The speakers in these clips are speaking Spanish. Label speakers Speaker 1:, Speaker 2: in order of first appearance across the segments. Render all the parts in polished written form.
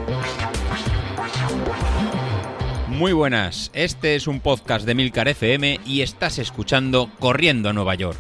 Speaker 1: Muy buenas, este es un podcast de Emilcar FM y estás escuchando Corriendo a Nueva York.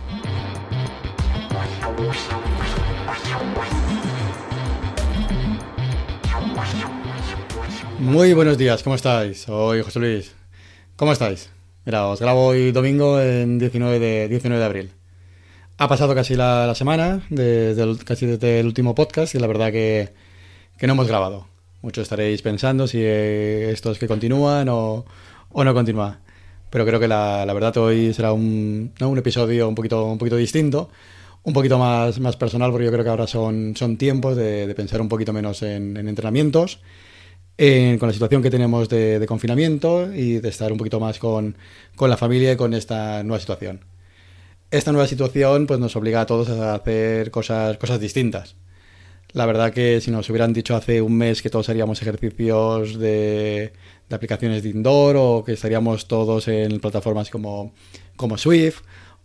Speaker 2: Muy buenos días, ¿cómo estáis? Soy José Luis. ¿Cómo estáis? Mira, os grabo hoy domingo en 19 de abril. Ha pasado casi la semana, casi desde el último podcast, y la verdad que no hemos grabado. Muchos estaréis pensando si esto es que continúan o no continúa. Pero creo que la verdad hoy será un episodio un poquito distinto, un poquito más personal, porque yo creo que ahora son tiempos de pensar un poquito menos en entrenamientos, con la situación que tenemos de confinamiento y de estar un poquito más con la familia y con esta nueva situación. Esta nueva situación pues nos obliga a todos a hacer cosas distintas. La verdad que si nos hubieran dicho hace un mes que todos haríamos ejercicios de aplicaciones de indoor o que estaríamos todos en plataformas como Swift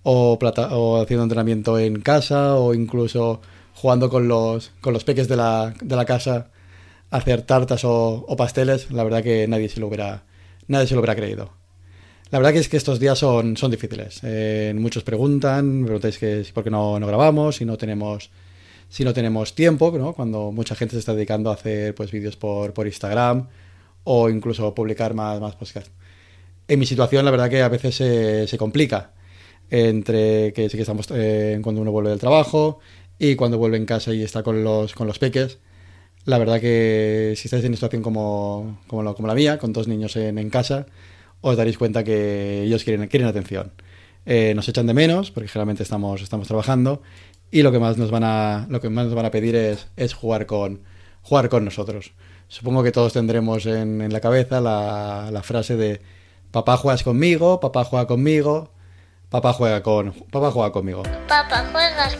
Speaker 2: o haciendo entrenamiento en casa o incluso jugando con los peques de la casa a hacer tartas o pasteles, la verdad que nadie se lo hubiera creído. La verdad que es que estos días son difíciles. Muchos me preguntáis que por qué no grabamos, si no tenemos tiempo, ¿no? Cuando mucha gente se está dedicando a hacer pues vídeos por Instagram o incluso publicar más podcasts. En mi situación, la verdad que a veces se complica entre que sí que estamos cuando uno vuelve del trabajo y cuando vuelve en casa y está con los peques. La verdad que si estáis en una situación como la mía, con 2 niños en casa, os daréis cuenta que ellos quieren atención. Nos echan de menos porque generalmente estamos trabajando y lo que más nos van a pedir es jugar con nosotros. Supongo que todos tendremos en la cabeza la frase de papá juegas conmigo, papá juega conmigo, papá juega conmigo.
Speaker 3: Papá juegas conmigo, papá juegas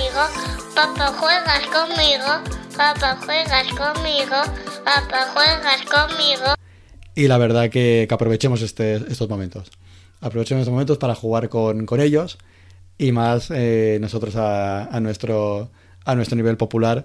Speaker 3: conmigo, papá juegas conmigo, papá juegas conmigo.
Speaker 2: Y la verdad que aprovechemos estos momentos. Aprovechemos estos momentos para jugar con ellos y más nosotros a nuestro nivel popular,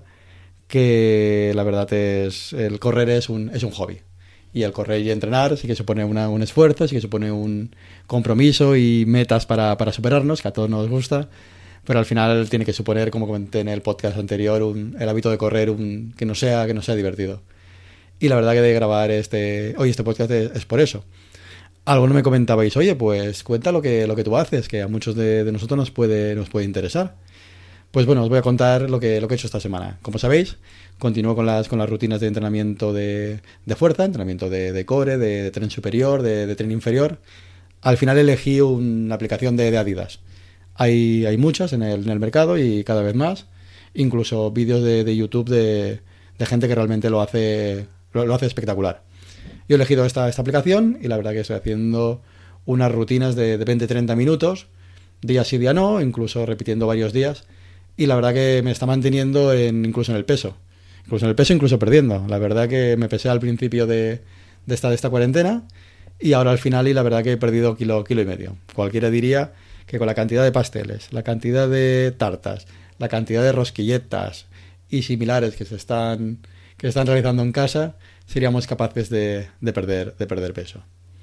Speaker 2: que la verdad es el correr es un hobby. Y el correr y entrenar sí que supone un esfuerzo, sí que supone un compromiso y metas para superarnos, que a todos nos gusta, pero al final tiene que suponer, como comenté en el podcast anterior, el hábito de correr que no sea divertido. Y la verdad que de grabar este podcast es por eso. Alguno me comentabais, oye, pues cuenta lo que tú haces, que a muchos de nosotros nos puede interesar. Pues bueno, os voy a contar lo que he hecho esta semana. Como sabéis, continúo con las rutinas de entrenamiento de fuerza, entrenamiento de core, de tren superior, de tren inferior. Al final elegí una aplicación de Adidas. Hay muchas en el mercado y cada vez más. Incluso vídeos de YouTube de gente que realmente lo hace espectacular. Yo he elegido esta aplicación y la verdad que estoy haciendo unas rutinas de 20-30 minutos, día sí, día no, incluso repitiendo varios días. Y la verdad que me está manteniendo incluso en el peso. Incluso perdiendo. La verdad que me pesé al principio de esta cuarentena y ahora al final, y la verdad que he perdido kilo y medio. Cualquiera diría que con la cantidad de pasteles, la cantidad de tartas, la cantidad de rosquilletas y similares que se están realizando en casa, seríamos capaces de perder peso.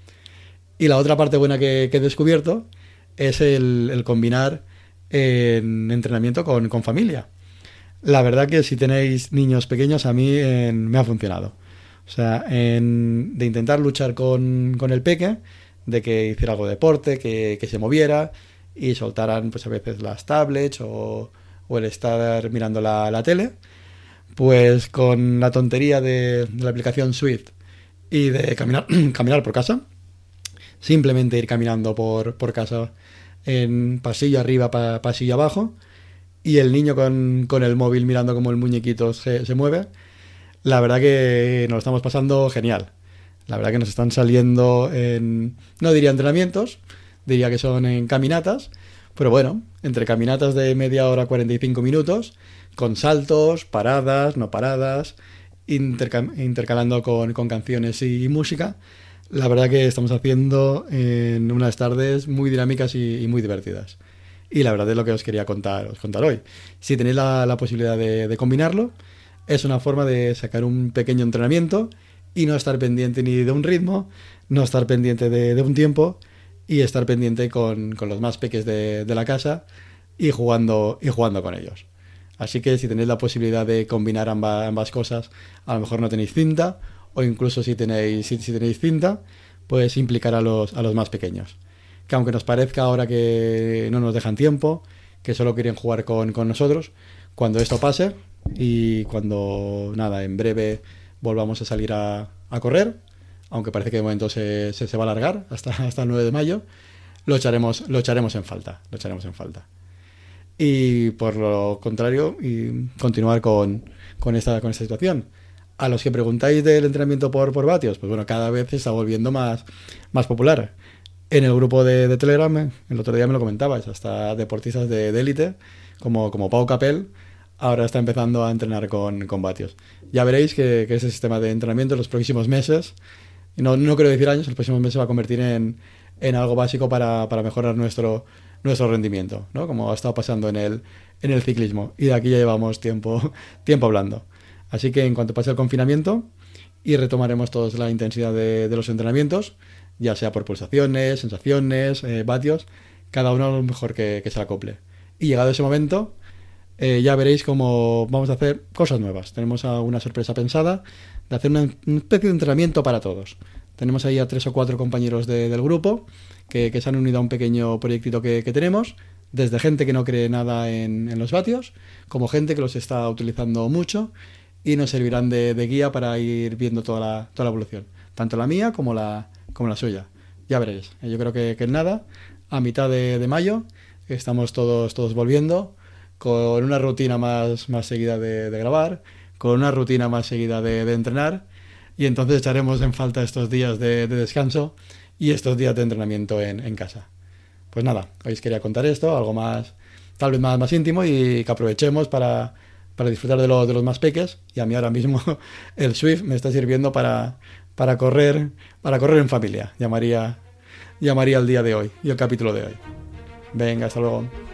Speaker 2: Y la otra parte buena que he descubierto es el combinar en entrenamiento con familia. La verdad que si tenéis niños pequeños, a mí me ha funcionado. O sea, de intentar luchar con el peque, de que hiciera algo de deporte, que se moviera y soltaran pues a veces las tablets o el estar mirando la tele, pues con la tontería de la aplicación Swift y de caminar por casa, simplemente ir caminando por casa en pasillo arriba, pasillo abajo, y el niño con el móvil mirando cómo el muñequito se mueve. La verdad que nos lo estamos pasando genial. La verdad que nos están saliendo no diría entrenamientos, diría que son en caminatas, pero bueno, entre caminatas de media hora, 45 minutos, con saltos, paradas, no paradas, intercalando con canciones y música. La verdad que estamos haciendo en unas tardes muy dinámicas y muy divertidas. Y la verdad es lo que os quería contar hoy. Si tenéis la posibilidad de combinarlo, es una forma de sacar un pequeño entrenamiento y no estar pendiente ni de un ritmo, no estar pendiente de un tiempo y estar pendiente con los más peques de la casa y jugando con ellos. Así que si tenéis la posibilidad de combinar ambas cosas, a lo mejor no tenéis cinta, o incluso si tenéis cinta, pues implicar a los más pequeños. Que aunque nos parezca ahora que no nos dejan tiempo, que solo quieren jugar con nosotros, cuando esto pase y cuando, en breve volvamos a salir a correr, aunque parece que de momento se va a alargar hasta el 9 de mayo, lo echaremos en falta. Y por lo contrario, y continuar con esta situación. A los que preguntáis del entrenamiento por vatios, pues bueno, cada vez se está volviendo más popular. En el grupo de Telegram, el otro día me lo comentabais, hasta deportistas de élite, como Pau Capel, ahora está empezando a entrenar con vatios. Ya veréis que ese sistema de entrenamiento en los próximos meses, y no quiero decir años, en los próximos meses se va a convertir en algo básico para mejorar nuestro rendimiento, ¿no? Como ha estado pasando en el ciclismo. Y de aquí ya llevamos tiempo hablando. Así que en cuanto pase el confinamiento, y retomaremos todos la intensidad de los entrenamientos, ya sea por pulsaciones, sensaciones, vatios, cada uno lo mejor que se acople. Y llegado ese momento, ya veréis cómo vamos a hacer cosas nuevas. Tenemos una sorpresa pensada de hacer una especie de entrenamiento para todos. Tenemos ahí a 3 o 4 compañeros del grupo que se han unido a un pequeño proyectito que tenemos, desde gente que no cree nada en los vatios, como gente que los está utilizando mucho y nos servirán de guía para ir viendo toda la evolución, tanto la mía como la suya. Ya veréis. Yo creo que en nada, a mitad de mayo, estamos todos volviendo con una rutina más seguida de grabar, con una rutina más seguida de entrenar, y entonces echaremos en falta estos días de descanso y estos días de entrenamiento en casa. Pues nada, hoy os quería contar esto, algo más, tal vez más íntimo, y que aprovechemos para disfrutar de los más peques. Y a mí ahora mismo el Swift me está sirviendo para correr en familia, llamaría el día de hoy y el capítulo de hoy. Venga, hasta luego.